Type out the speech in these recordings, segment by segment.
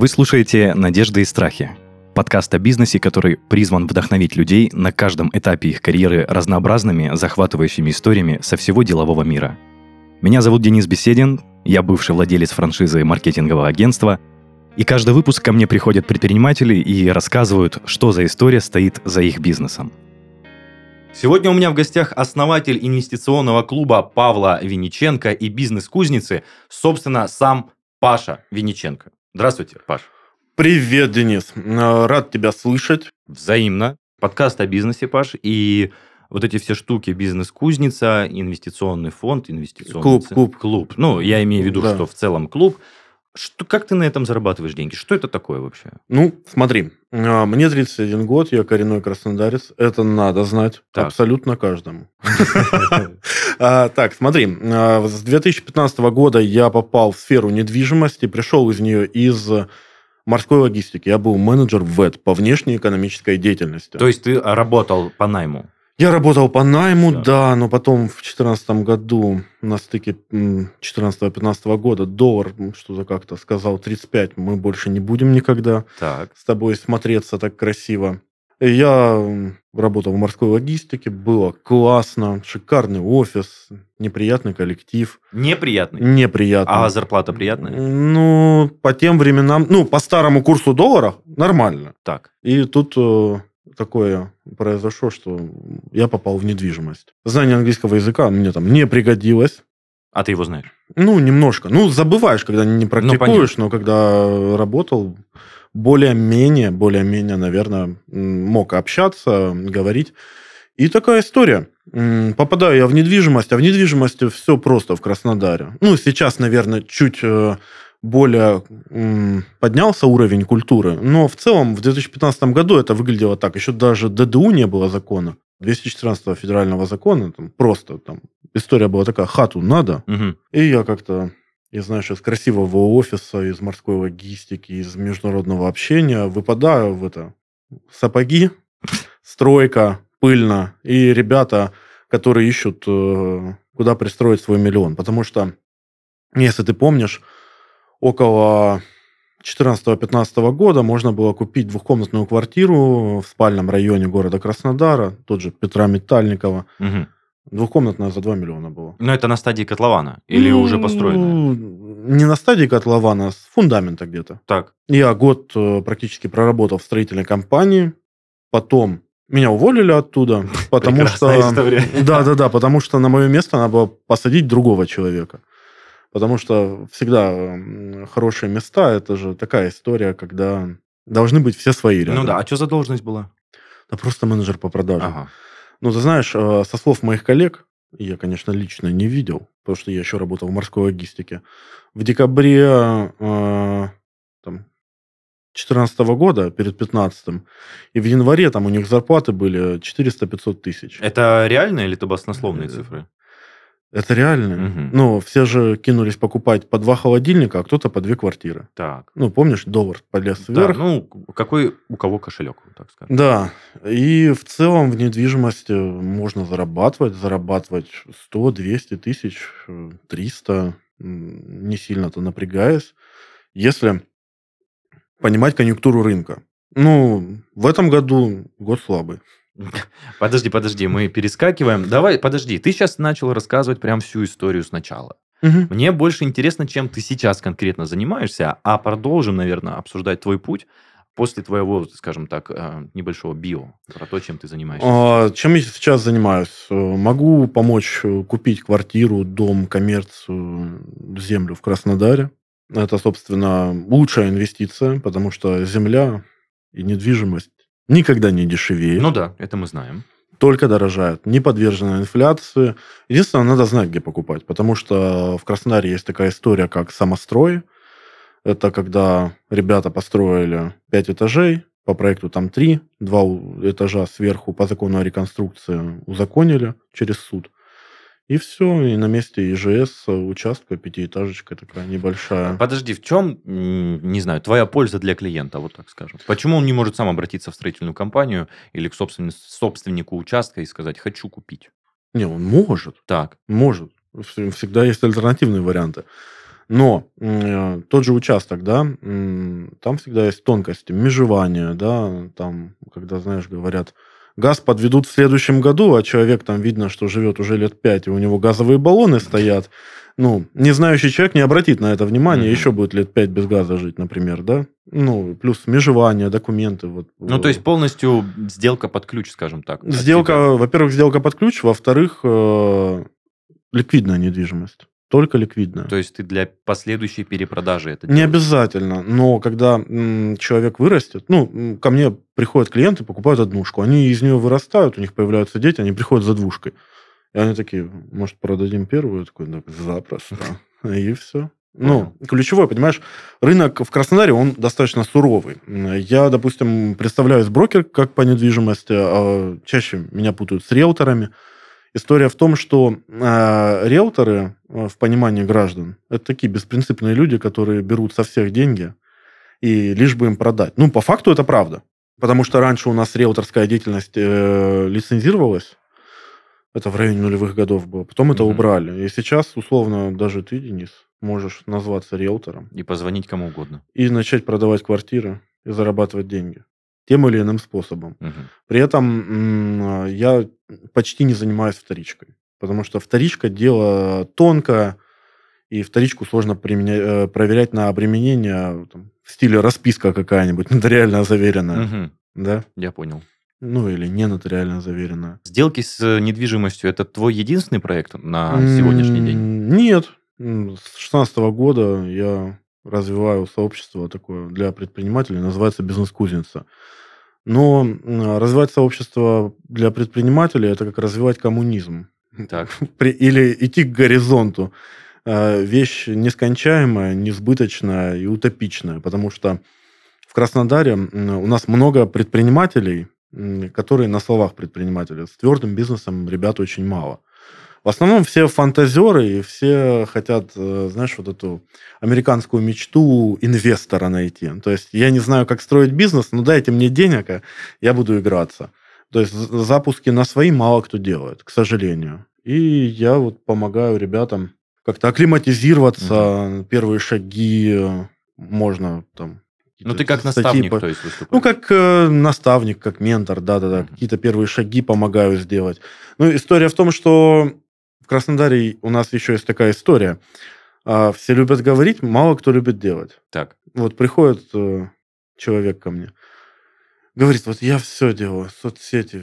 Вы слушаете «Надежды и страхи» – подкаст о бизнесе, который призван вдохновить людей на каждом этапе их карьеры разнообразными, захватывающими историями со всего делового мира. Меня зовут Денис Беседин, я бывший владелец франшизы маркетингового агентства, и каждый выпуск ко мне приходят предприниматели и рассказывают, что за история стоит за их бизнесом. Сегодня у меня в гостях основатель инвестиционного клуба Павла Винниченко и бизнес-кузницы, собственно, сам Паша Винниченко. Здравствуйте, Паш. Привет, Денис. Рад тебя слышать. Взаимно. Подкаст о бизнесе, Паш, и вот эти все штуки: бизнес-кузница, инвестиционный фонд, инвестиционный клуб. Ну, я имею в виду, что в целом клуб. Как ты на этом зарабатываешь деньги? Что это такое вообще? Ну, смотри, мне 31 год, я коренной краснодарец. Это надо знать абсолютно каждому. Так, смотри, с 2015 года я попал в сферу недвижимости, пришел из нее из морской логистики. Я был менеджер ВЭД по внешней экономической деятельности. То есть ты работал по найму? Я работал по найму, да, но потом в 2014 году, на стыке 2014-2015 года, доллар что-то как-то сказал 35, мы больше не будем никогда с тобой смотреться так красиво. Я работал в морской логистике, было классно, шикарный офис, неприятный коллектив. Неприятный? Неприятный. А зарплата приятная? Ну, по тем временам, по старому курсу доллара нормально. Так. И тут такое произошло, что я попал в недвижимость. Знание английского языка мне там не пригодилось. А ты его знаешь? Немножко. Забываешь, когда не практикуешь, но когда работал, более-менее, наверное, мог общаться, говорить. И такая история. Попадаю я в недвижимость, а в недвижимости все просто в Краснодаре. Сейчас, наверное, чуть более поднялся уровень культуры, но в целом в 2015 году это выглядело так. Еще даже ДДУ не было закона. 214 федерального закона, история была такая: хату надо. Угу. И я как-то, из красивого офиса, из морской логистики, из международного общения выпадаю в сапоги, стройка, пыльно, и ребята, которые ищут, куда пристроить свой миллион. Потому что, если ты помнишь, около 2014-2015 года можно было купить двухкомнатную квартиру в спальном районе города Краснодара, тот же Петра Метальникова. Угу. Двухкомнатная за 2 миллиона была. Но это на стадии котлована или уже построенная? Не на стадии котлована, а с фундамента где-то. Так. Я год практически проработал в строительной компании, потом меня уволили оттуда, потому что... история. Да, потому что на мое место надо было посадить другого человека. Потому что всегда хорошие места, это же такая история, когда должны быть все свои рядом. А что за должность была? Да просто менеджер по продажам. Ага. Ты знаешь, со слов моих коллег, я, конечно, лично не видел, потому что я еще работал в морской логистике, в декабре 2014 года, перед 2015, и в январе у них зарплаты были 400-500 тысяч. Это реальные или это баснословные цифры? Это реально. Угу. Все же кинулись покупать по 2 холодильника, а кто-то по 2 квартиры. Так. Помнишь, доллар полез вверх? Да, какой у кого кошелек, так сказать. Да. И в целом в недвижимости можно зарабатывать 100, 200 тысяч, 300, не сильно-то напрягаясь, если понимать конъюнктуру рынка. В этом году год слабый. Подожди, мы перескакиваем. Давай, подожди, ты сейчас начал рассказывать прям всю историю сначала. Угу. Мне больше интересно, чем ты сейчас конкретно занимаешься, а продолжим, наверное, обсуждать твой путь после твоего, скажем так, небольшого био, про то, чем ты занимаешься. Чем я сейчас занимаюсь? Могу помочь купить квартиру, дом, коммерцию, землю в Краснодаре. Это, собственно, лучшая инвестиция, потому что земля и недвижимость никогда не дешевеет. Да, это мы знаем. Только дорожает, не подвержена инфляции. Единственное, надо знать, где покупать, потому что в Краснодаре есть такая история, как самострои. Это когда ребята построили 5 этажей, по проекту 3, 2 этажа сверху по закону о реконструкции узаконили через суд. И все, и на месте ИЖС участка, 5-этажечка такая небольшая. Подожди, в чем, не знаю, твоя польза для клиента, вот так скажем? Почему он не может сам обратиться в строительную компанию или к собственнику участка и сказать: хочу купить? Не, он может. Так. Может. Всегда есть альтернативные варианты. Но тот же участок, да, там всегда есть тонкости, межевания, да, там, когда, знаешь, говорят, газ подведут в следующем году, а человек там видно, что живет уже лет 5, и у него газовые баллоны стоят. Ну, не знающий человек не обратит на это внимание, еще будет лет 5 без газа жить, например, да? Ну, плюс межевание, документы. Вот. Ну, то есть полностью сделка под ключ, скажем так. Во-первых, сделка под ключ, во-вторых, ликвидная недвижимость. Только ликвидная. То есть ты для последующей перепродажи это делаешь? Не обязательно, но когда человек вырастет, ну, ко мне приходят клиенты, покупают однушку, они из нее вырастают, у них появляются дети, они приходят за двушкой. И они такие, может, продадим первую? Я такой, да, запросто. И все. Ну, ключевой, понимаешь, рынок в Краснодаре, он достаточно суровый. Я, допустим, представляюсь брокер как по недвижимости, а чаще меня путают с риэлторами. История в том, что риэлторы в понимании граждан это такие беспринципные люди, которые берут со всех деньги и лишь бы им продать. Ну, по факту это правда. Потому что раньше у нас риэлторская деятельность лицензировалась. Это в районе нулевых годов было. Потом это убрали. И сейчас, условно, даже ты, Денис, можешь назваться риэлтором. И позвонить кому угодно. И начать продавать квартиры и зарабатывать деньги. Тем или иным способом. При этом я почти не занимаюсь вторичкой. Потому что вторичка – дело тонкое, и вторичку сложно проверять на обременение в стиле расписка какая-нибудь, нотариально заверенная. Да? Я понял. Ну, или не нотариально заверенная. Сделки с недвижимостью – это твой единственный проект на сегодняшний день? Нет. С 2016 года я развиваю сообщество такое для предпринимателей, называется «Бизнес-кузница». Но развивать сообщество для предпринимателей – это как развивать коммунизм. Так. Или идти к горизонту. Вещь нескончаемая, несбыточная и утопичная. Потому что в Краснодаре у нас много предпринимателей, которые на словах предприниматели. С твердым бизнесом ребят очень мало. В основном все фантазеры и все хотят, знаешь, вот эту американскую мечту инвестора найти. То есть я не знаю, как строить бизнес, но дайте мне денег, а я буду играться. То есть запуски на свои мало кто делает, к сожалению. И я вот помогаю ребятам как-то акклиматизироваться, первые шаги можно там... Ну, ты как наставник, то есть, выступаешь? Ну, как наставник, как ментор, да-да-да. Какие-то первые шаги помогаю сделать. Ну, история в том, что в Краснодаре у нас еще есть такая история. Все любят говорить, мало кто любит делать. Так. Вот приходит человек ко мне, говорит, вот я все делаю, соцсети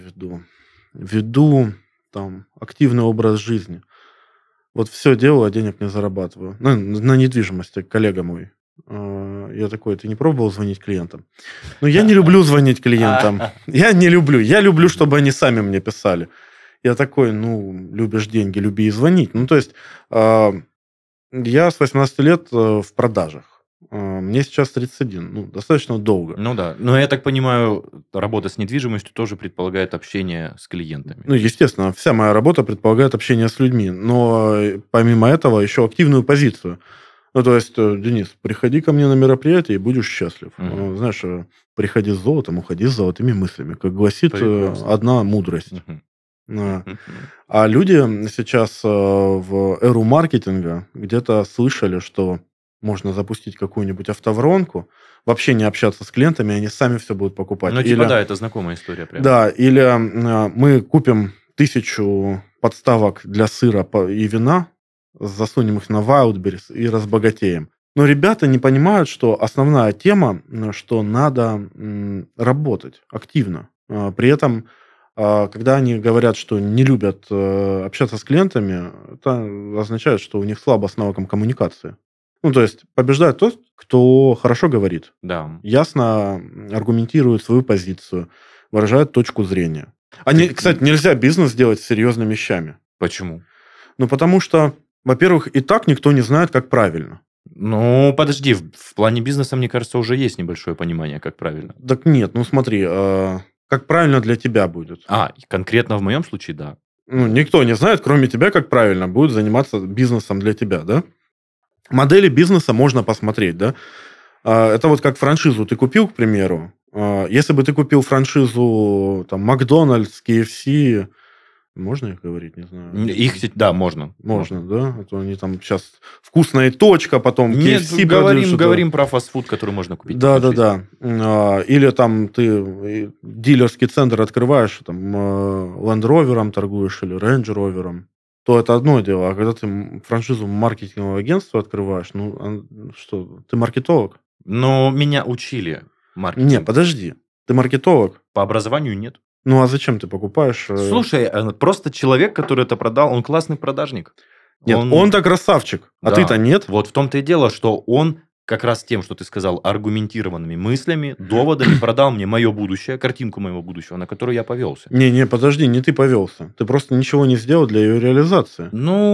веду там активный образ жизни. Вот все делаю, а денег не зарабатываю. Ну, на недвижимости, коллега мой. Я такой, ты не пробовал звонить клиентам? Ну, я не люблю звонить клиентам. Я не люблю. Я люблю, чтобы они сами мне писали. Я такой, ну, любишь деньги, люби и звонить. Ну, то есть, я с 18 лет в продажах. Мне сейчас 31. Ну, достаточно долго. Ну, да. Но я так понимаю, работа с недвижимостью тоже предполагает общение с клиентами. Ну, естественно, вся моя работа предполагает общение с людьми. Но помимо этого еще активную позицию. Ну, то есть, Денис, приходи ко мне на мероприятие, и будешь счастлив. Знаешь, приходи с золотом, уходи с золотыми мыслями. Как гласит одна мудрость. А люди сейчас в эру маркетинга где-то слышали, что можно запустить какую-нибудь автоворонку, вообще не общаться с клиентами, они сами все будут покупать. Ну, типа, да, это знакомая история. Прям. Да, или мы купим 1000 подставок для сыра и вина, засунем их на Wildberries и разбогатеем. Но ребята не понимают, что основная тема, что надо работать активно. При этом, когда они говорят, что не любят общаться с клиентами, это означает, что у них слабо с навыком коммуникации. Ну, то есть побеждает тот, кто хорошо говорит, да. Ясно аргументирует свою позицию, выражает точку зрения. Кстати, нельзя бизнес делать с серьезными вещами. Почему? Ну, потому что, во-первых, и так никто не знает, как правильно. Ну, подожди, в плане бизнеса, мне кажется, уже есть небольшое понимание, как правильно. Так нет, ну смотри, как правильно для тебя будет. Конкретно в моем случае, да. Ну, никто не знает, кроме тебя, как правильно будет заниматься бизнесом для тебя, да? Модели бизнеса можно посмотреть, да? Это вот как франшизу ты купил, к примеру. Если бы ты купил франшизу там Макдональдс, KFC, Можно их говорить, не знаю. Их, да, можно. Можно, да? А то они там сейчас вкусная точка, потом Нет, KFC говорим про фастфуд, который можно купить. Да. Или там ты дилерский центр открываешь, там Land Rover'ом торгуешь или Range Rover'ом, то это одно дело. А когда ты франшизу маркетингового агентства открываешь, что, ты маркетолог? Но меня учили маркетингу. Нет, подожди. Ты маркетолог? По образованию нет. Ну, а зачем ты покупаешь? Слушай, просто человек, который это продал, он классный продажник. Нет, он-то красавчик, а ты-то нет. Вот в том-то и дело, что он как раз тем, что ты сказал, аргументированными мыслями, доводами продал мне мое будущее, картинку моего будущего, на которую я повелся. Не, подожди, не ты повелся. Ты просто ничего не сделал для ее реализации.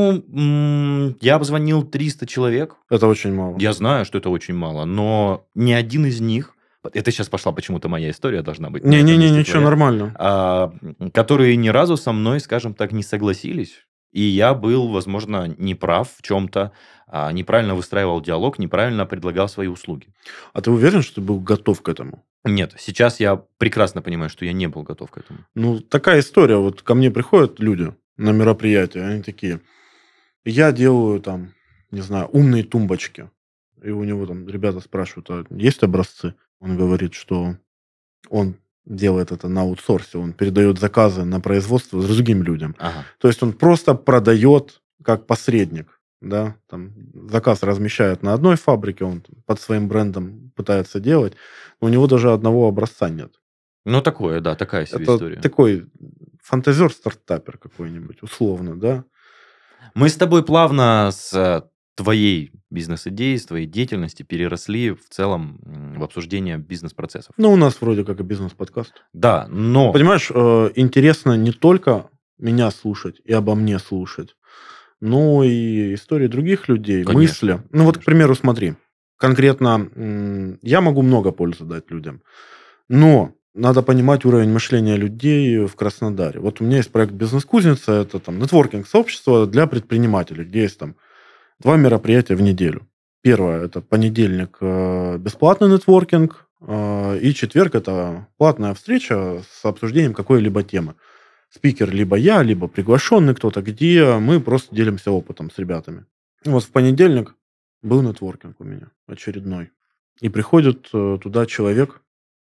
Ну, я обзвонил 300 человек. Это очень мало. Я знаю, что это очень мало, но ни один из них... Это сейчас пошла почему-то моя история должна быть. Не, ничего, нормально. Которые ни разу со мной, скажем так, не согласились. И я был, возможно, неправ в чем-то, неправильно выстраивал диалог, неправильно предлагал свои услуги. А ты уверен, что ты был готов к этому? Нет, сейчас я прекрасно понимаю, что я не был готов к этому. Ну, такая история. Вот ко мне приходят люди на мероприятия, они такие, я делаю там, не знаю, умные тумбочки. И у него там ребята спрашивают, а есть образцы? Он говорит, что он делает это на аутсорсе, он передает заказы на производство другим людям. Ага. То есть он просто продает как посредник, да, там заказ размещает на одной фабрике, он под своим брендом пытается делать, но у него даже одного образца нет. Ну, такое, да, такая себе это история. Такой фантазер-стартапер какой-нибудь, условно, да. Мы с тобой плавно с твоей бизнес-идеи, с твоей деятельности переросли в целом в обсуждение бизнес-процессов. Ну, у нас вроде как и бизнес-подкаст. Да, но... Понимаешь, интересно не только меня слушать и обо мне слушать, но и истории других людей, Конечно, мысли. Ну, вот, к примеру, смотри. Конкретно я могу много пользы дать людям, но надо понимать уровень мышления людей в Краснодаре. Вот у меня есть проект «Бизнес-кузница», это там нетворкинг-сообщество для предпринимателей, где есть там 2 мероприятия в неделю. Первое – это понедельник бесплатный нетворкинг, и четверг – это платная встреча с обсуждением какой-либо темы. Спикер либо я, либо приглашенный кто-то, где мы просто делимся опытом с ребятами. Вот в понедельник был нетворкинг у меня очередной. И приходит туда человек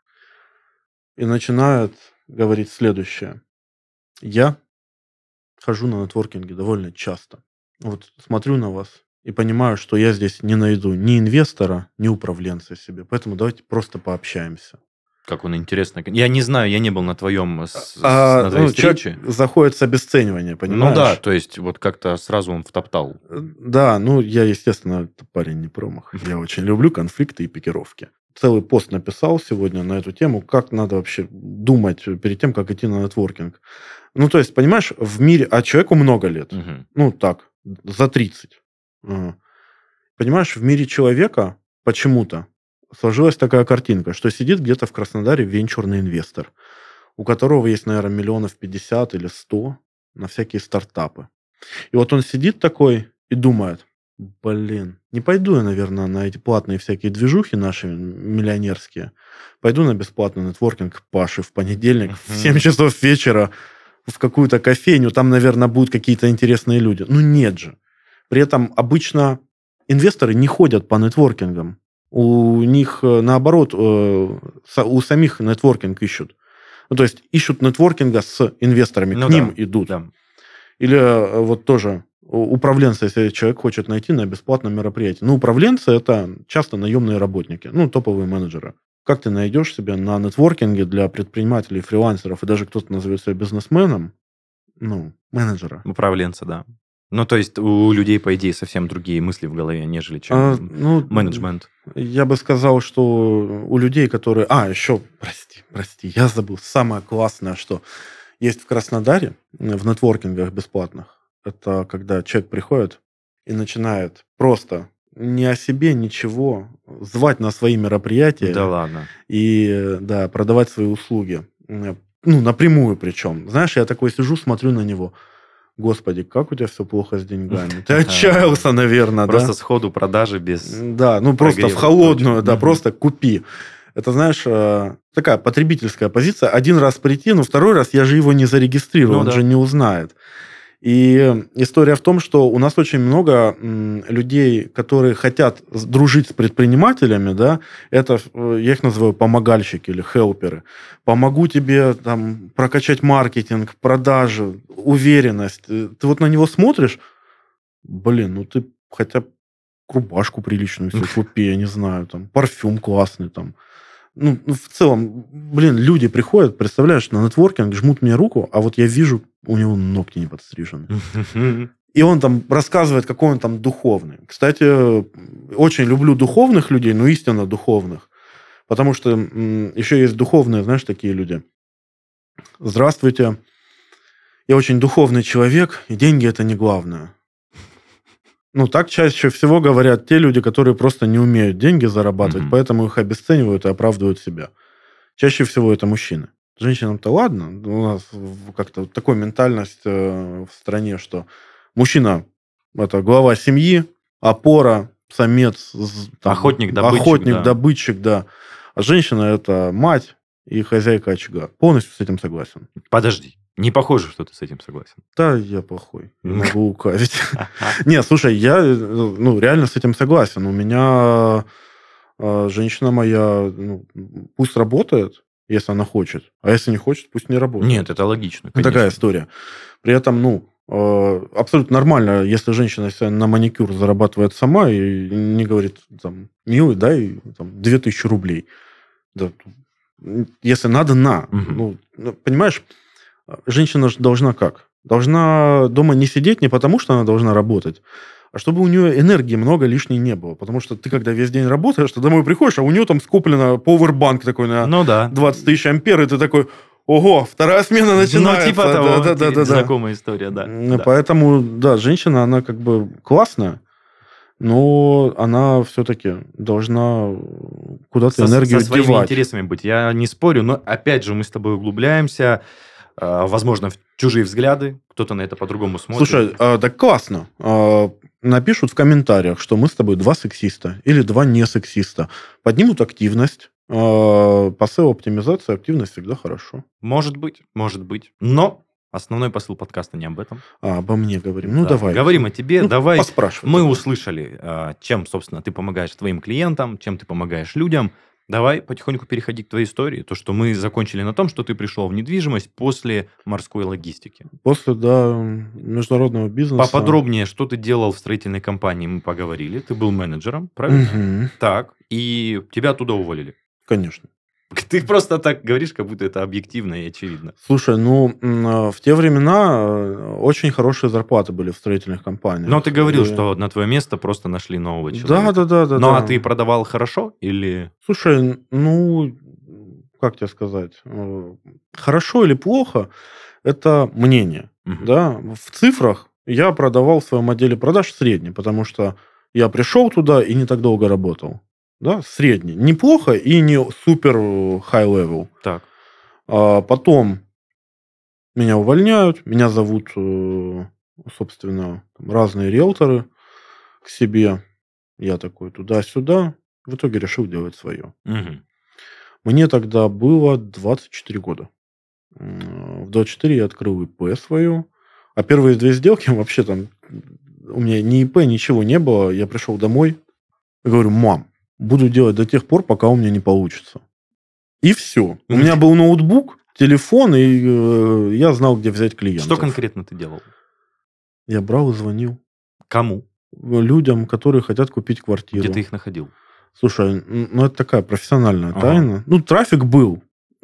и начинает говорить следующее. Я хожу на нетворкинги довольно часто. Вот смотрю на вас и понимаю, что я здесь не найду ни инвестора, ни управленца себе. Поэтому давайте просто пообщаемся. Как он интересно. Я не знаю, я не был на твоем на твоей встрече. Заходит с обесценивания, понимаешь? Ну да, то есть вот как-то сразу он втоптал. Да, ну я, естественно, парень не промах. Я очень люблю конфликты и пикировки. Целый пост написал сегодня на эту тему, как надо вообще думать перед тем, как идти на нетворкинг. Ну, то есть, понимаешь, в мире... А человеку много лет. Угу. Ну, так, за 30. Понимаешь, в мире человека почему-то сложилась такая картинка, что сидит где-то в Краснодаре венчурный инвестор, у которого есть, наверное, 50 или 100 на всякие стартапы. И вот он сидит такой и думает, блин, не пойду я, наверное, на эти платные всякие движухи наши миллионерские. Пойду на бесплатный нетворкинг Паши в понедельник в 7 часов вечера в какую-то кофейню. Там, наверное, будут какие-то интересные люди. Ну, нет же. При этом обычно инвесторы не ходят по нетворкингам. У них, наоборот, у самих нетворкинг ищут. Ну, то есть ищут нетворкинга с инвесторами, к ним идут. Да. Или вот тоже управленца, если человек хочет найти на бесплатном мероприятии. Ну, управленцы – это часто наемные работники, ну, топовые менеджеры. Как ты найдешь себе на нетворкинге для предпринимателей, фрилансеров, и даже кто-то назовет себя бизнесменом, ну, менеджера? Управленца, да. Ну, то есть у людей, по идее, совсем другие мысли в голове, нежели чем менеджмент. Я бы сказал, что у людей, которые... еще, прости, я забыл. Самое классное, что есть в Краснодаре в нетворкингах бесплатных, это когда человек приходит и начинает просто не о себе ничего звать на свои мероприятия. Да ладно. И, да, продавать свои услуги. Ну, напрямую причем. Знаешь, я такой сижу, смотрю на него. Господи, как у тебя все плохо с деньгами? Ты отчаялся, наверное, да? Просто сходу продажи без... Да, ну просто в холодную, да, просто купи. Это, знаешь, такая потребительская позиция. Один раз прийти, но второй раз я же его не зарегистрирую, он же не узнает. И история в том, что у нас очень много людей, которые хотят дружить с предпринимателями, да, это, я их называю помогальщики или хелперы. Помогу тебе там прокачать маркетинг, продажи, уверенность. Ты вот на него смотришь, блин, ну ты хотя бы рубашку приличную себе купи, я не знаю, там, парфюм классный, там. Ну, в целом, блин, люди приходят, представляешь, на нетворкинг, жмут мне руку, а вот я вижу, у него ногти не подстрижены. И он там рассказывает, какой он там духовный. Кстати, очень люблю духовных людей, но истинно духовных. Потому что еще есть духовные, знаешь, такие люди. Здравствуйте, я очень духовный человек, и деньги это не главное. Ну, так чаще всего говорят те люди, которые просто не умеют деньги зарабатывать, поэтому их обесценивают и оправдывают себя. Чаще всего это мужчины. Женщинам-то ладно. У нас как-то такая ментальность в стране, что мужчина – это глава семьи, опора, самец, там, охотник-добытчик, да. А женщина – это мать и хозяйка очага. Полностью с этим согласен. Подожди. Не похоже, что ты с этим согласен. Да, я плохой. Не могу лукавить. Не, слушай, я реально с этим согласен. У меня женщина моя, пусть работает, если она хочет. А если не хочет, пусть не работает. Нет, это логично. Конечно. Такая история. При этом, абсолютно нормально, если женщина на маникюр зарабатывает сама и не говорит, там, милый, дай там, 2000 рублей. Да, если надо, на. Понимаешь, женщина же должна как? Должна дома не сидеть не потому, что она должна работать, а чтобы у нее энергии много лишней не было. Потому что ты, когда весь день работаешь, ты домой приходишь, а у нее там скоплено пауэрбанк такой на 20 тысяч ампер, и ты такой, ого, вторая смена начинается. Ну, типа того, да. Знакомая история, да. Поэтому, да, женщина, она как бы классная, но она все-таки должна куда-то энергию девать. Со своими интересами быть. Я не спорю, но, опять же, мы с тобой углубляемся. Возможно, в чужие взгляды, кто-то на это по-другому смотрит. Слушай, так классно. Напишут в комментариях, что мы с тобой два сексиста или два не сексиста. Поднимут активность. По SEO-оптимизации активность всегда хорошо. Может быть. Но основной посыл подкаста не об этом. Обо мне говорим. Ну, давай. Говорим о тебе. Давай. Поспрашивай. Мы услышали, чем, собственно, ты помогаешь твоим клиентам, чем ты помогаешь людям. Давай потихоньку переходи к твоей истории. То, что мы закончили на том, что ты пришел в недвижимость после морской логистики. После, да, международного бизнеса. Поподробнее, что ты делал в строительной компании, мы поговорили. Ты был менеджером, правильно? Так. И тебя оттуда уволили. Конечно. Ты просто так говоришь, как будто это объективно и очевидно. Слушай, в те времена очень хорошие зарплаты были в строительных компаниях. Но ты говорил, что на твое место просто нашли нового человека. Да. Ну, а ты продавал хорошо или... Слушай, как тебе сказать? Хорошо или плохо, это мнение. Да? В цифрах я продавал в своем отделе продаж средний, потому что я пришел туда и не так долго работал. Да, средний. Неплохо и не супер high level. Так. Потом меня увольняют, меня зовут, собственно, разные риэлторы к себе. Я такой туда-сюда. В итоге решил делать свое. Мне тогда было 24 года. В 24 я открыл ИП свою. А первые 2 сделки вообще там... У меня ни ИП, ничего не было. Я пришел домой и говорю, мам, буду делать до тех пор, пока у меня не получится. И все. У меня был ноутбук, телефон, и я знал, где взять клиентов. Что конкретно ты делал? Я брал и звонил. Кому? Людям, которые хотят купить квартиру. Где ты их находил? Слушай, это такая профессиональная тайна. Трафик был.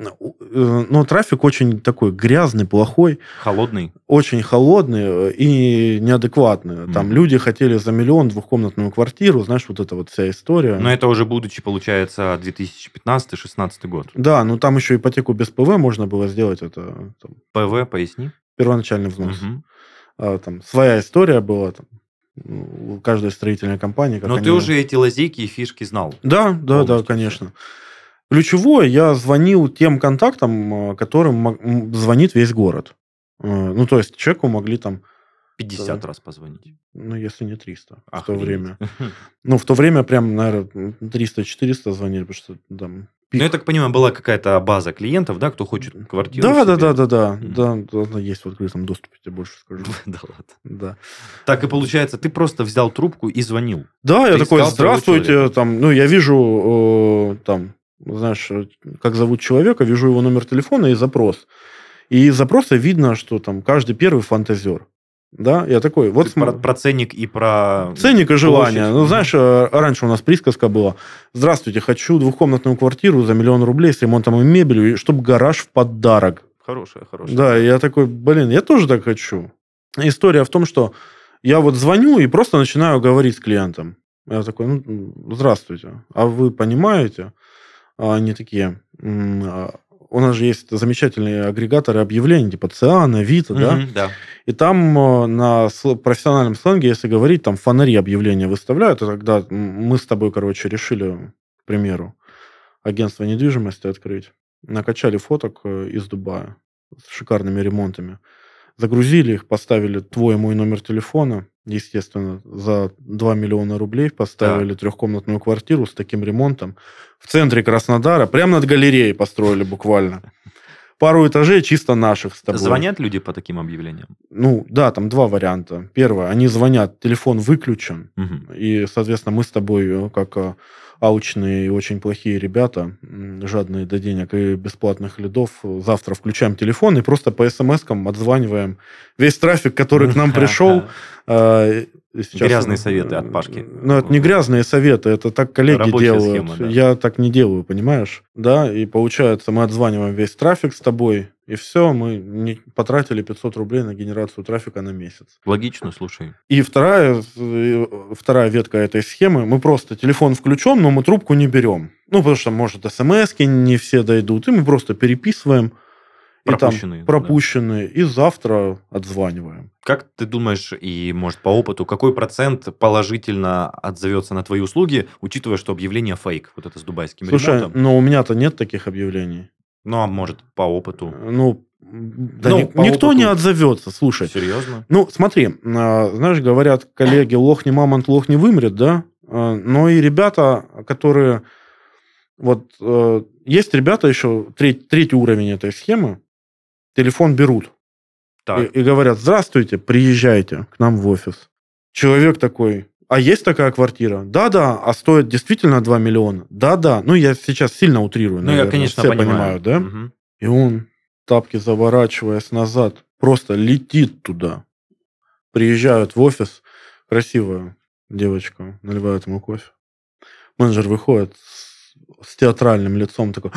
Но трафик очень такой грязный, плохой. Холодный. Очень холодный и неадекватный. Там люди хотели за 1 миллион двухкомнатную квартиру. Знаешь, вот эта вот вся история. Но это уже будучи, получается, 2015-16 год. Да, там еще ипотеку без ПВ можно было сделать. Это ПВ, поясни. Первоначальный взнос. Там своя история была. У каждой строительной компании. Но ты уже эти лазейки и фишки знал. Да, конечно. Ключевое, я звонил тем контактам, которым звонит весь город. То есть человеку могли там... 50 раз позвонить. Если не 300 в то время. В то время прям, наверное, 300-400 звонили, потому что там Ну, я так понимаю, была какая-то база клиентов, да, кто хочет квартиру Да, себе? да, она есть в открытом доступе, тебе больше скажу. Да ладно. Да. Так и получается, ты просто взял трубку и звонил. Да, я Ты такой, искал своего здравствуйте, человека. там, ну, я вижу, там, знаешь, как зовут человека, вижу его номер телефона и запрос. И из запроса видно, что там каждый первый фантазер. Да, я такой, вот Про ценник и про ценник и желание. площадь. Ну, знаешь, раньше у нас присказка была: здравствуйте, хочу двухкомнатную квартиру за 1 000 000 рублей с ремонтом и мебелью, и чтобы гараж в подарок. Хорошая. Да, я такой, блин, я тоже так хочу. История в том, что я вот звоню и просто начинаю говорить с клиентом. Я такой, ну, здравствуйте, а вы понимаете? А они такие, у нас же есть замечательные агрегаторы объявлений, типа Циана, Авито, да? Да. И там на профессиональном сленге, если говорить, там фонари объявления выставляют, и тогда мы с тобой, короче, решили, к примеру, агентство недвижимости открыть. Накачали фоток из Дубая с шикарными ремонтами. Загрузили их, поставили твой и мой номер телефона. Естественно, за 2 миллиона рублей поставили трехкомнатную квартиру с таким ремонтом в центре Краснодара. Прямо над галереей построили буквально. Пару этажей чисто наших с тобой. Звонят люди по таким объявлениям? Ну, да, там 2 варианта. Первое, они звонят, телефон выключен. Угу. И, соответственно, мы с тобой, как алчные и очень плохие ребята, жадные до денег и бесплатных лидов, завтра включаем телефон и просто по смс-кам отзваниваем весь трафик, который к нам пришел. Сейчас, грязные советы от Пашки. Ну, это не грязные советы, это так коллеги рабочая делают. Схема, да. Я так не делаю, понимаешь? Да, и получается, мы отзваниваем весь трафик с тобой, и все, мы не потратили 500 рублей на генерацию трафика на месяц. Логично, слушай. И вторая ветка этой схемы, мы просто телефон включен, но мы трубку не берем. Ну, потому что, может, смс-ки не все дойдут, и мы просто переписываем. Пропущенные, и завтра отзваниваем. Как ты думаешь, и, может, по опыту, какой процент положительно отзовется на твои услуги, учитывая, что объявление фейк, вот это с дубайским ремонтом? Слушай, но у меня-то нет таких объявлений. Ну, а может, по опыту? Никто опыту... не отзовется, слушай. Серьезно? Ну, смотри, знаешь, говорят коллеги, лох не мамонт, лох не вымрет, да? Но и ребята, которые... Вот есть ребята еще, третий уровень этой схемы, телефон берут и говорят, здравствуйте, приезжайте к нам в офис. Человек такой, а есть такая квартира? Да, а стоит действительно 2 миллиона? Да. Ну, я сейчас сильно утрирую, наверное. Я, конечно, все понимают, да? Угу. И он, тапки заворачиваясь назад, просто летит туда. Приезжают в офис, красивая девочка, наливает ему кофе. Менеджер выходит с театральным лицом, такой...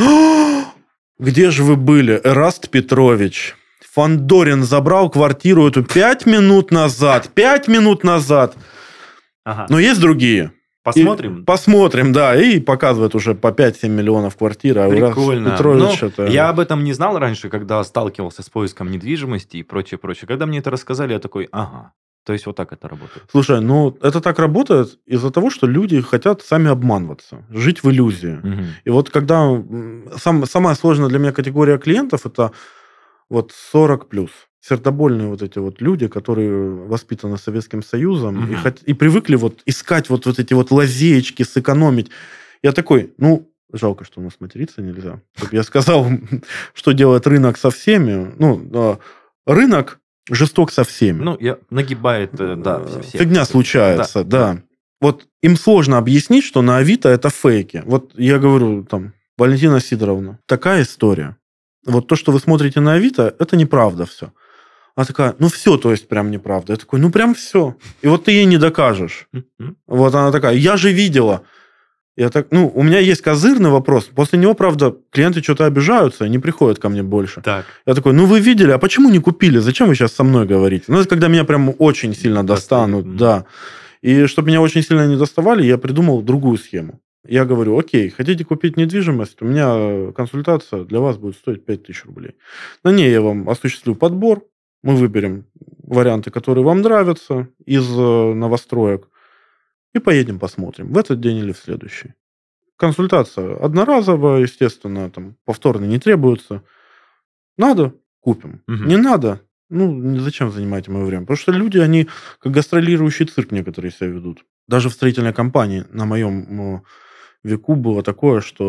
Где же вы были, Эраст Петрович? Фандорин забрал квартиру эту 5 минут назад. 5 минут назад. Ага. Но есть другие. Посмотрим? Посмотрим, да. И показывают уже по 5-7 миллионов квартир. Прикольно. Петрович, это... Я об этом не знал раньше, когда сталкивался с поиском недвижимости и прочее. Когда мне это рассказали, я такой, ага. То есть вот так это работает. Слушай, ну это так работает из-за того, что люди хотят сами обманываться, жить в иллюзии. Угу. И вот когда... Самая сложная для меня категория клиентов – это вот 40+. Сердобольные вот эти вот люди, которые воспитаны Советским Союзом и привыкли вот искать вот эти вот лазеечки, сэкономить. Я такой, ну, жалко, что у нас материться нельзя. Чтобы я сказал, что делает рынок со всеми. Ну, рынок жесток со всеми. Ну, нагибает, да, всех. Фигня случается, да. Вот им сложно объяснить, что на Авито это фейки. Вот я говорю, там, Валентина Сидоровна, такая история. Вот то, что вы смотрите на Авито, это неправда все. Она такая, ну все, то есть прям неправда. Я такой, ну прям все. И вот ты ей не докажешь. Вот она такая, я же видела. Я так, у меня есть козырный вопрос. После него, правда, клиенты что-то обижаются и не приходят ко мне больше. Так. Я такой, вы видели, а почему не купили? Зачем вы сейчас со мной говорите? Ну, это когда меня прям очень сильно достанут, да. И чтобы меня очень сильно не доставали, я придумал другую схему. Я говорю, окей, хотите купить недвижимость? У меня консультация для вас будет стоить 5000 рублей. На ней я вам осуществлю подбор. Мы выберем варианты, которые вам нравятся из новостроек. И поедем посмотрим, в этот день или в следующий. Консультация одноразовая, естественно, там повторно не требуется. Надо – купим. Не надо – зачем занимаете мое время? Потому что люди, они как гастролирующий цирк некоторые себя ведут. Даже в строительной компании на моем веку было такое, что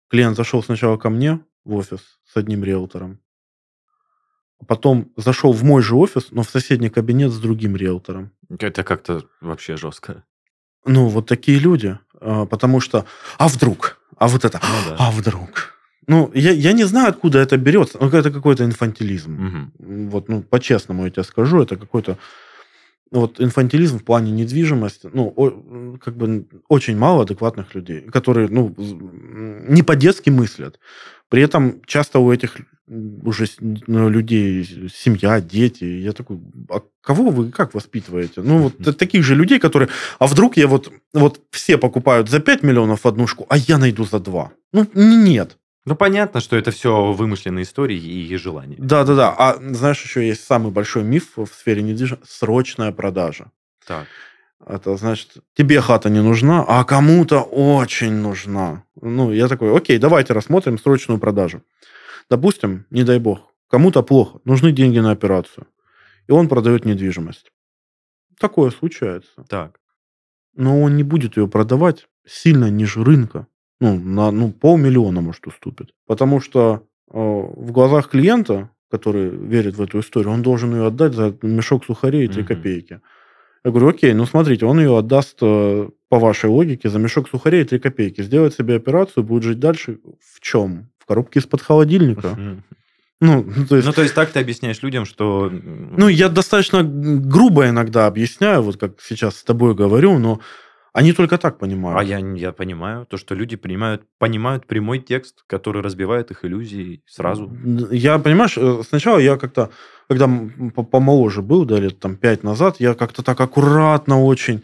Клиент зашел сначала ко мне в офис с одним риэлтором, потом зашел в мой же офис, но в соседний кабинет с другим риэлтором. Это как-то вообще жестко. Ну, вот такие люди. Потому что, а вдруг? А вот это, Ну да. а вдруг? Ну, я не знаю, откуда это берется. Ну, это какой-то инфантилизм. Мгм. Вот, ну, по-честному я тебе скажу, это какой-то вот инфантилизм в плане недвижимости. Ну, как бы очень мало адекватных людей, которые, ну, не по-детски мыслят. При этом часто у этих уже людей семья, дети. Я такой, а кого вы как воспитываете? Ну, вот таких же людей, которые, а вдруг я вот все покупают за 5 миллионов однушку, а я найду за 2. Ну, нет. Ну, понятно, что это все вымышленные истории и желания. Да-да-да. А знаешь, еще есть самый большой миф в сфере недвижимости – срочная продажа. Так. Это значит, тебе хата не нужна, а кому-то очень нужна. Ну, я такой, окей, давайте рассмотрим срочную продажу. Допустим, не дай бог, кому-то плохо, нужны деньги на операцию, и он продает недвижимость. Такое случается. Так. Но он не будет ее продавать сильно ниже рынка. Ну, на 500 000, может, уступит. Потому что в глазах клиента, который верит в эту историю, он должен ее отдать за мешок сухарей и 3 Мгм. копейки. Я говорю, окей, ну смотрите, он ее отдаст по вашей логике за мешок сухарей и 3 копейки. Сделает себе операцию, будет жить дальше в чем? В коробке из-под холодильника. Мгм. Ну, то есть... Ну, то есть так ты объясняешь людям, что... Ну, я достаточно грубо иногда объясняю, вот как сейчас с тобой говорю, но они только так понимают. А я понимаю, то, что люди понимают прямой текст, который разбивает их иллюзии сразу. Я, понимаешь, сначала я как-то, когда помоложе был, да, лет там 5 назад, я как-то так аккуратно очень.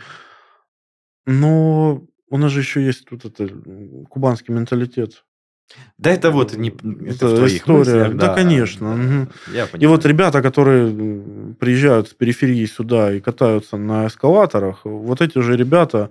Но у нас же еще есть тут кубанский менталитет. Да это вот не, это в Это твоих история. мыслях, Да, конечно. да, Мгм. я И понимаю. вот ребята, которые приезжают с периферии сюда и катаются на эскалаторах, вот эти же ребята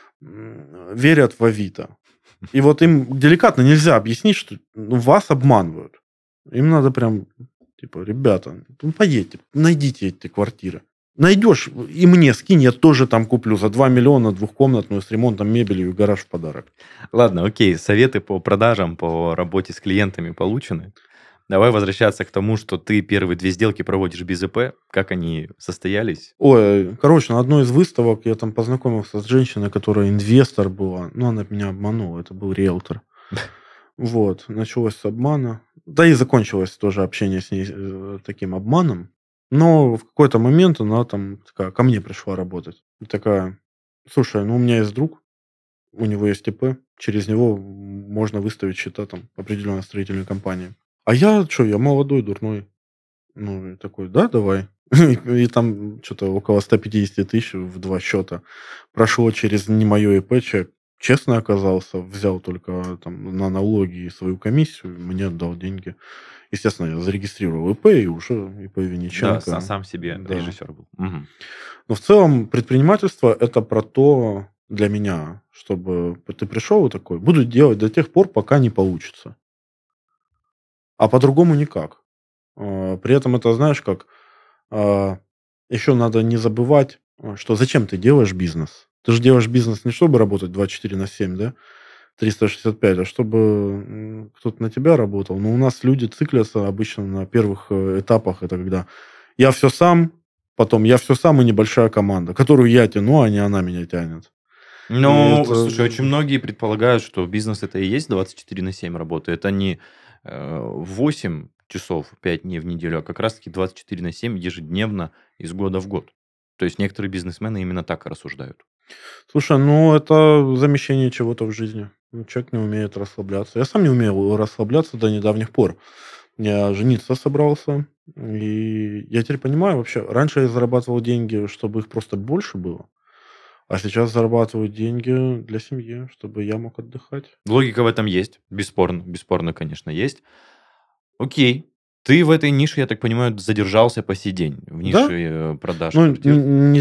верят в Авито. И вот им деликатно нельзя объяснить, что вас обманывают. Им надо прям, типа, ребята, ну, поедьте, найдите эти квартиры. Найдешь, и мне скинь, я тоже там куплю за 2 миллиона двухкомнатную с ремонтом, мебелью и гараж в подарок. Ладно, окей, советы по продажам, по работе с клиентами получены. Давай возвращаться к тому, что ты первые 2 сделки проводишь без ИП. Как они состоялись? Ой, короче, на одной из выставок я там познакомился с женщиной, которая инвестор была. Ну, она меня обманула, это был риэлтор. Вот, началось с обмана. Да и закончилось тоже общение с ней таким обманом. Но в какой-то момент она там такая ко мне пришла работать. И такая, слушай, ну у меня есть друг, у него есть ИП, через него можно выставить счета там определенной строительной компании. А я что, я молодой, дурной. Ну, и такой, да, давай. И там что-то около 150 тысяч в 2 счета прошло через не мое ИП. Человек честно оказался, взял только там на налоги и свою комиссию, мне отдал деньги. Естественно, я зарегистрировал ИП и уже ИП Да, Винниченко. сам себе Да. режиссер был. Мгм. Но в целом предпринимательство это про то для меня, чтобы ты пришел и такой, буду делать до тех пор, пока не получится. А по-другому никак. При этом это, знаешь, как еще надо не забывать, что зачем ты делаешь бизнес. Ты же делаешь бизнес не чтобы работать 24/7, да, 365, а чтобы кто-то на тебя работал. Но у нас люди циклятся обычно на первых этапах. Это когда я все сам, потом я все сам и небольшая команда, которую я тяну, а не она меня тянет. И Ну, это... слушай, очень многие предполагают, что бизнес это и есть 24/7 работа. Это не 8 часов, 5 дней в неделю, а как раз-таки 24/7 ежедневно из года в год. То есть некоторые бизнесмены именно так и рассуждают. Слушай, ну это замещение чего-то в жизни. Ну, человек не умеет расслабляться. Я сам не умел расслабляться до недавних пор. Я жениться собрался, и я теперь понимаю вообще, раньше я зарабатывал деньги, чтобы их просто больше было, а сейчас зарабатываю деньги для семьи, чтобы я мог отдыхать. Логика в этом есть, бесспорно, конечно, есть. Окей. Ты в этой нише, я так понимаю, задержался по сей день, в Да, нише продаж ну, квартир.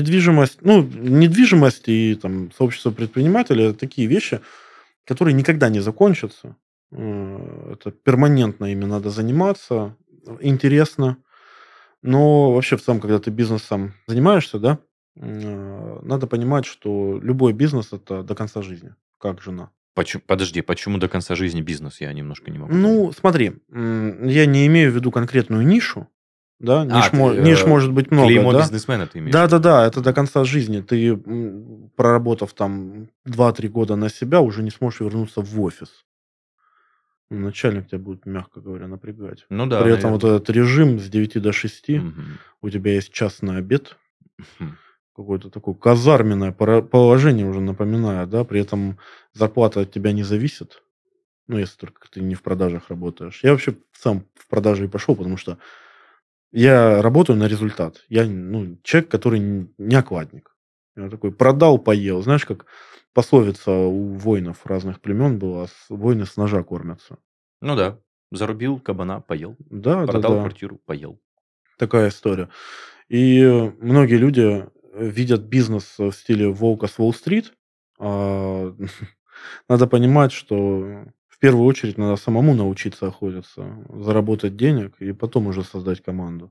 недвижимость и там сообщество предпринимателей – это такие вещи, которые никогда не закончатся. Это перманентно ими надо заниматься, интересно. Но вообще в целом, когда ты бизнесом занимаешься, да, надо понимать, что любой бизнес – это до конца жизни, как жена. Подожди, почему до конца жизни бизнес? Я немножко не могу Ну, понять. смотри, я не имею в виду конкретную нишу, да, А, ниш может быть много, клеймо да. бизнесмена ты имеешь в виду? Да-да-да, это до конца жизни. Ты, проработав там 2-3 года на себя, уже не сможешь вернуться в офис. Начальник тебя будет, мягко говоря, напрягать. Ну да, При этом вот наверное. этот режим с 9 до 6, Мгм. у тебя есть час на обед, Хм. какое-то такое казарменное положение уже напоминаю, да, при этом зарплата от тебя не зависит, ну, если только ты не в продажах работаешь. Я вообще сам в продажи и пошел, потому что я работаю на результат. Я, ну, человек, который не окладник. Я такой продал, поел. Знаешь, как пословица у воинов разных племен была: воины с ножа кормятся. Ну да. Зарубил кабана, поел. Да, да, Продал да. квартиру, поел. Такая история. И многие люди видят бизнес в стиле волка с Уолл-стрит. А, надо понимать, что в первую очередь надо самому научиться охотиться, заработать денег и потом уже создать команду.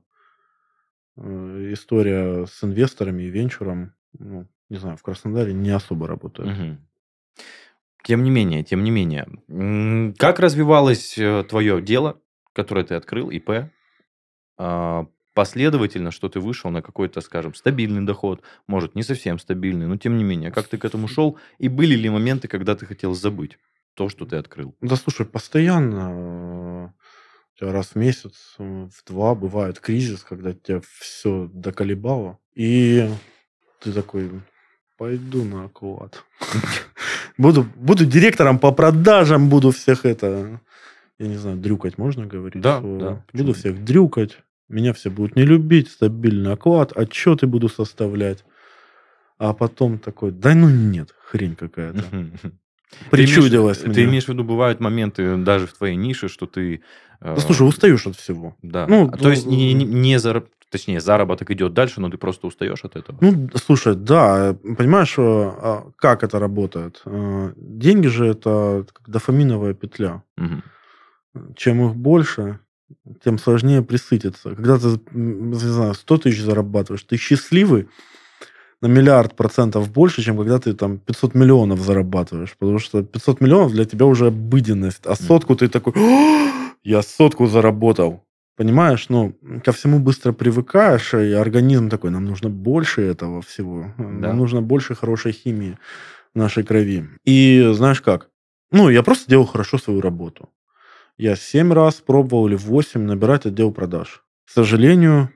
История с инвесторами и венчуром, ну, не знаю, в Краснодаре не особо работает. Мгм. Тем не менее, тем не менее. Как развивалось твое дело, которое ты открыл, ИП? Последовательно, что ты вышел на какой-то, скажем, стабильный доход, может, не совсем стабильный, но тем не менее, как ты к этому шел? И были ли моменты, когда ты хотел забыть то, что ты открыл? Да слушай, постоянно у тебя раз в месяц, в 2 бывает кризис, когда тебя все доколебало, и ты такой: пойду на оклад. Буду директором по продажам, буду всех это, я не знаю, дрюкать можно говорить Да, слово? да, Буду почему нет? всех дрюкать, меня все будут не любить, стабильный оклад, отчеты буду составлять. А потом такой: да ну нет, хрень какая-то. Мгм. Причудилось Ты мне. имеешь в виду, бывают моменты даже в твоей нише, что ты, Да слушай, устаешь от всего. да, Ну, то есть точнее, заработок идет дальше, но ты просто устаешь от этого? слушай, да, понимаешь, как это работает? Деньги же это как дофаминовая петля. Мгм. Чем их больше, тем сложнее присытиться. Когда ты, не знаю, 100 тысяч зарабатываешь, ты счастливый на миллиард процентов больше, чем когда ты там 500 миллионов зарабатываешь. Потому что 500 миллионов для тебя уже обыденность. А Мгм. сотку ты такой: я сотку заработал. Понимаешь, ну, ко всему быстро привыкаешь, и организм такой: нам нужно больше этого всего. Нам Да. нужно больше хорошей химии в нашей крови. И знаешь как? Ну, я просто делал хорошо свою работу. Я 7 раз пробовал или 8 набирать отдел продаж. К сожалению,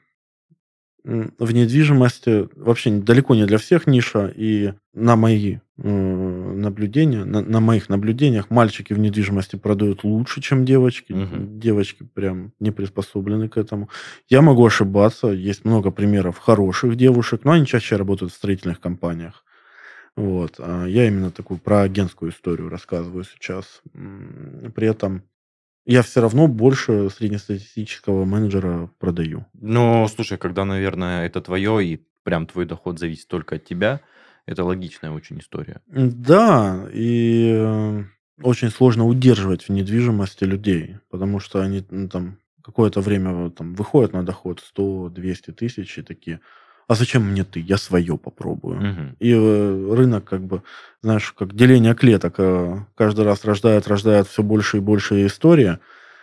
в недвижимости вообще далеко не для всех ниша, и на мои наблюдения, на моих наблюдениях мальчики в недвижимости продают лучше, чем девочки. Мгм. Девочки прям не приспособлены к этому. Я могу ошибаться, есть много примеров хороших девушек, но они чаще работают в строительных компаниях. Вот. А я именно такую про агентскую историю рассказываю сейчас. При этом я все равно больше среднестатистического менеджера продаю. Но, слушай, когда, наверное, это твое и прям твой доход зависит только от тебя, это логичная очень история. Да, и очень сложно удерживать в недвижимости людей, потому что они, там какое-то время вот там выходят на доход 100-200 тысяч и такие: а зачем мне ты? Я свое попробую. Мгм. И рынок, как бы, знаешь, как деление клеток, каждый раз рождает все больше и больше история.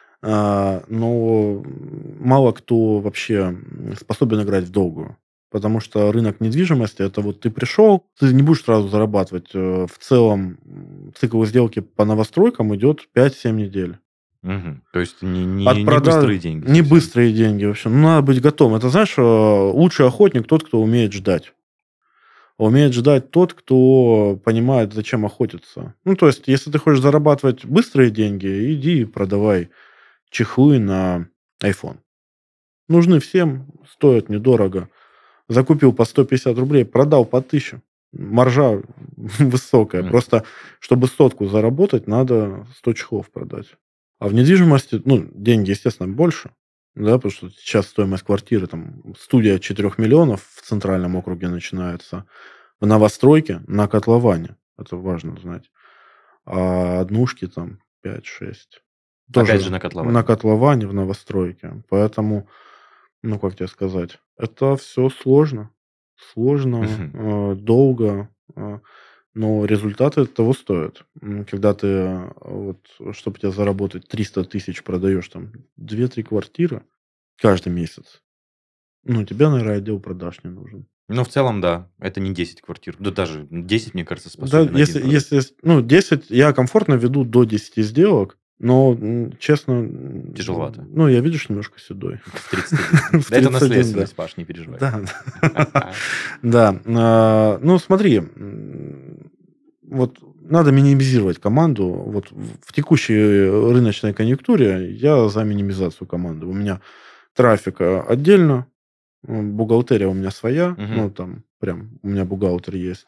Но мало кто вообще способен играть в долгую. Потому что рынок недвижимости — это вот ты пришел, ты не будешь сразу зарабатывать. В целом цикл сделки по новостройкам идет 5-7 недель. Мгм. То есть не, От не, не продаж быстрые деньги не совсем. быстрые деньги вообще. Ну, надо быть готовым. Это, знаешь, лучший охотник тот, кто умеет ждать. А умеет ждать тот, кто понимает, зачем охотиться. Ну, то есть, если ты хочешь зарабатывать быстрые деньги, иди и продавай чехлы на iPhone. Нужны всем, стоят недорого. Закупил по 150 рублей, продал по 1000. Маржа высокая. Мгм. Просто, чтобы сотку заработать, надо 100 чехлов продать. А в недвижимости, ну, деньги, естественно, больше. Да, потому что сейчас стоимость квартиры, там, студия от 4 миллионов в центральном округе начинается. В новостройке на котловане. Это важно знать. А однушки там 5-6. Опять же Тоже на на котловане. котловане в новостройке. Поэтому, ну, как тебе сказать, это все сложно. Сложно, Мгм. долго. но результаты того стоят. Когда ты, вот, чтобы тебе заработать 300 тысяч, продаешь там 2-3 квартиры каждый месяц, ну, тебе, наверное, отдел продаж не нужен. Ну, в целом, да. Это не 10 квартир. Да даже 10, мне кажется, Да, способен один продать. ну, 10, я комфортно веду до 10 сделок, но, честно, Тяжеловато. ну, я, видишь, немножко седой. В 31. В Да это 31, да. наследственность, Паш, не переживай. Да, да. Ну, смотри, вот надо минимизировать команду. Вот в текущей рыночной конъюнктуре я за минимизацию команды. У меня трафика отдельно, бухгалтерия у меня своя, ну, там прям у меня бухгалтер есть.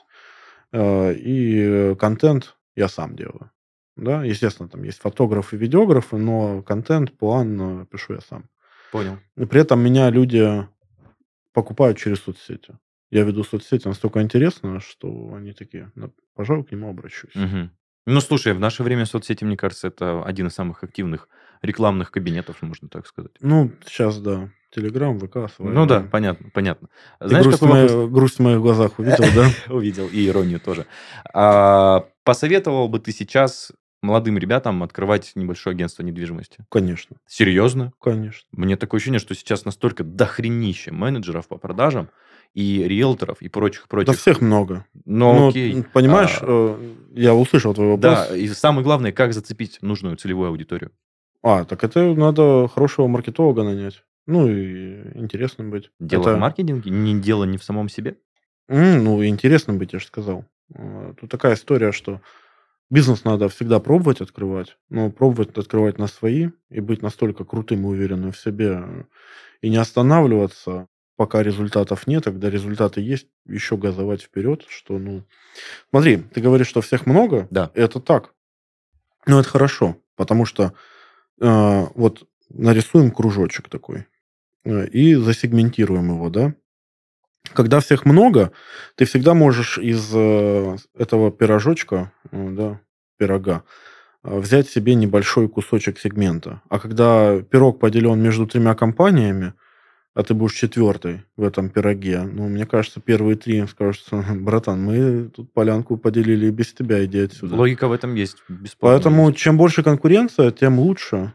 И контент я сам делаю. Да, естественно, там есть фотографы, видеографы, но контент, план пишу я сам. Понял. И при этом меня люди покупают через соцсети. Я веду соцсети настолько интересно, что они такие, «Да, пожалуй, к нему обращусь». Мгм. Ну, слушай, в наше время соцсети, мне кажется, это один из самых активных рекламных кабинетов, можно так сказать. Ну, сейчас, да. Телеграм, ВК, Ну да, своя. понятно, понятно. Ты Знаешь, какой вопрос? грусть в моих глазах увидел, да? Увидел, и иронию тоже. Посоветовал бы ты сейчас молодым ребятам открывать небольшое агентство недвижимости? Конечно, Серьезно? конечно. Мне такое ощущение, что сейчас настолько дохренище менеджеров по продажам и риэлторов и Да прочих. всех много. Ну, Ну, окей. понимаешь, я услышал твой вопрос. Да, и самое главное, как зацепить нужную целевую аудиторию. Так это надо хорошего маркетолога нанять. Ну, и интересным быть. Дело в маркетинге, дело не в самом себе. Ну, и интересным быть, я же сказал. Тут такая история, что бизнес надо всегда пробовать открывать, но пробовать открывать на свои и быть настолько крутым и уверенным в себе, и не останавливаться, пока результатов нет, а когда результаты есть, еще газовать вперед, что, ну... Смотри, ты говоришь, что всех много, Да. это так, но это хорошо, потому что вот нарисуем кружочек такой и засегментируем его, да? Когда всех много, ты всегда можешь из этого пирожочка, да, пирога, взять себе небольшой кусочек сегмента. А когда пирог поделен между 3 компаниями, а ты будешь 4 в этом пироге, ну, мне кажется, первые 3 скажут: братан, мы тут полянку поделили и без тебя, иди отсюда. Логика в этом есть, бесспорно Поэтому есть. чем больше конкуренция, тем лучше.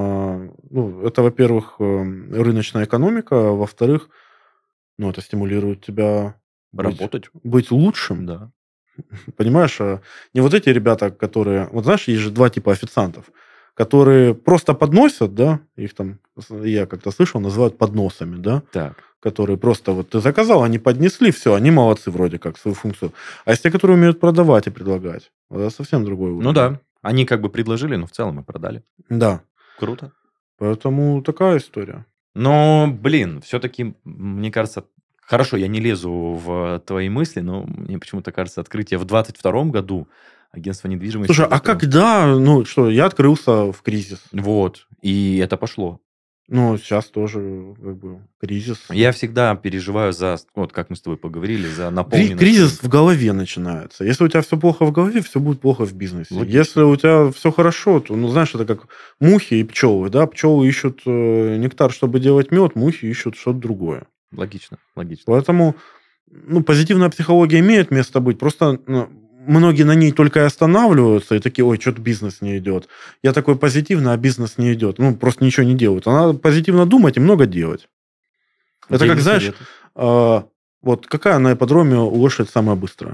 Ну, это, во-первых, рыночная экономика, а во-вторых, ну, это стимулирует тебя Работать? быть лучшим. Да. Понимаешь, не вот эти ребята, которые... Вот знаешь, есть же 2 типа официантов, которые просто подносят, да, их там, я как-то слышал, называют подносами, да, Так. которые просто вот ты заказал, они поднесли, все, они молодцы вроде как, свою функцию. А есть те, которые умеют продавать и предлагать. Вот это совсем другой уровень. Ну да. Они как бы предложили, но в целом и продали. Да. Круто. Поэтому такая история. Но, блин, все-таки, мне кажется, хорошо, я не лезу в твои мысли, но мне почему-то кажется, открытие в 22-м году агентства недвижимости... Слушай, а это- когда, ну что, я открылся в кризис. Вот, и это пошло. Ну, сейчас тоже как бы кризис. Я всегда переживаю за, вот как мы с тобой поговорили, за наполненность Кризис рынка. в голове начинается. Если у тебя все плохо в голове, все будет плохо в бизнесе. Логично. Если у тебя все хорошо, то, ну, знаешь, это как мухи и пчелы, да? Пчелы ищут нектар, чтобы делать мед, мухи ищут что-то другое. Логично, логично. Поэтому, ну, позитивная психология имеет место быть. Просто многие на ней только и останавливаются и такие: ой, что-то бизнес не идет. Я такой позитивный, а бизнес не идет. Ну, просто ничего не делают. А надо позитивно думать и много делать. Это как, Дельный знаешь, совет. вот какая на ипподроме лошадь самая быстрая?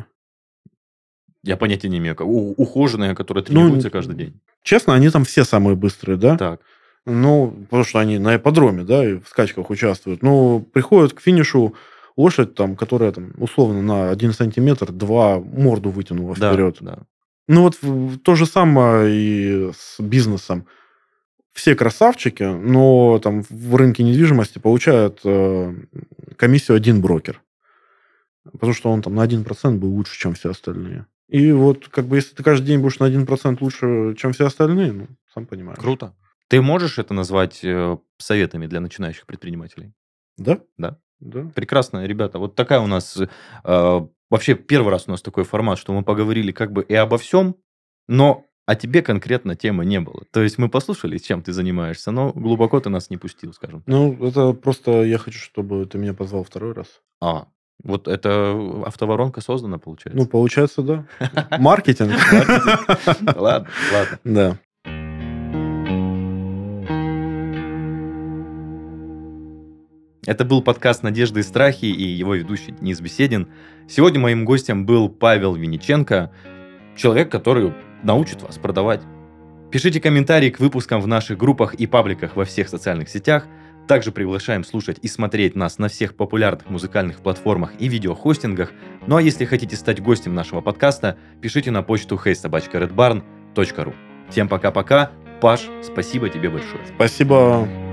Я понятия не имею. Ухоженная, которая тренируется каждый день. Честно, они там все самые быстрые, да? Так. Ну, потому что они на ипподроме, да, и в скачках участвуют. Но приходят к финишу лошадь, там, которая там, условно на 1 сантиметр, 2 морду вытянула Да, вперед. да. Ну, вот то же самое и с бизнесом. Все красавчики, но там в рынке недвижимости получают комиссию один брокер. Потому что он там на 1% был лучше, чем все остальные. И вот, как бы, если ты каждый день будешь на 1% лучше, чем все остальные, ну, сам понимаешь. Круто. Ты можешь это назвать советами для начинающих предпринимателей? Да? Да. Да. Прекрасно, ребята. Вот такая у нас... вообще, первый раз у нас такой формат, что мы поговорили как бы и обо всем, но о тебе конкретно темы не было. То есть мы послушали, чем ты занимаешься, но глубоко ты нас не пустил, скажем так. Ну, это просто я хочу, чтобы ты меня позвал второй раз. Вот это автоворонка создана, получается? Ну, получается, да. Маркетинг. Ладно. Да. Это был подкаст «Надежды и страхи» и его ведущий Денис Беседин. Сегодня моим гостем был Павел Винниченко, человек, который научит вас продавать. Пишите комментарии к выпускам в наших группах и пабликах во всех социальных сетях. Также приглашаем слушать и смотреть нас на всех популярных музыкальных платформах и видеохостингах. Ну а если хотите стать гостем нашего подкаста, пишите на почту hey@redbarn.ru. Всем пока-пока. Паш, спасибо тебе большое. Спасибо.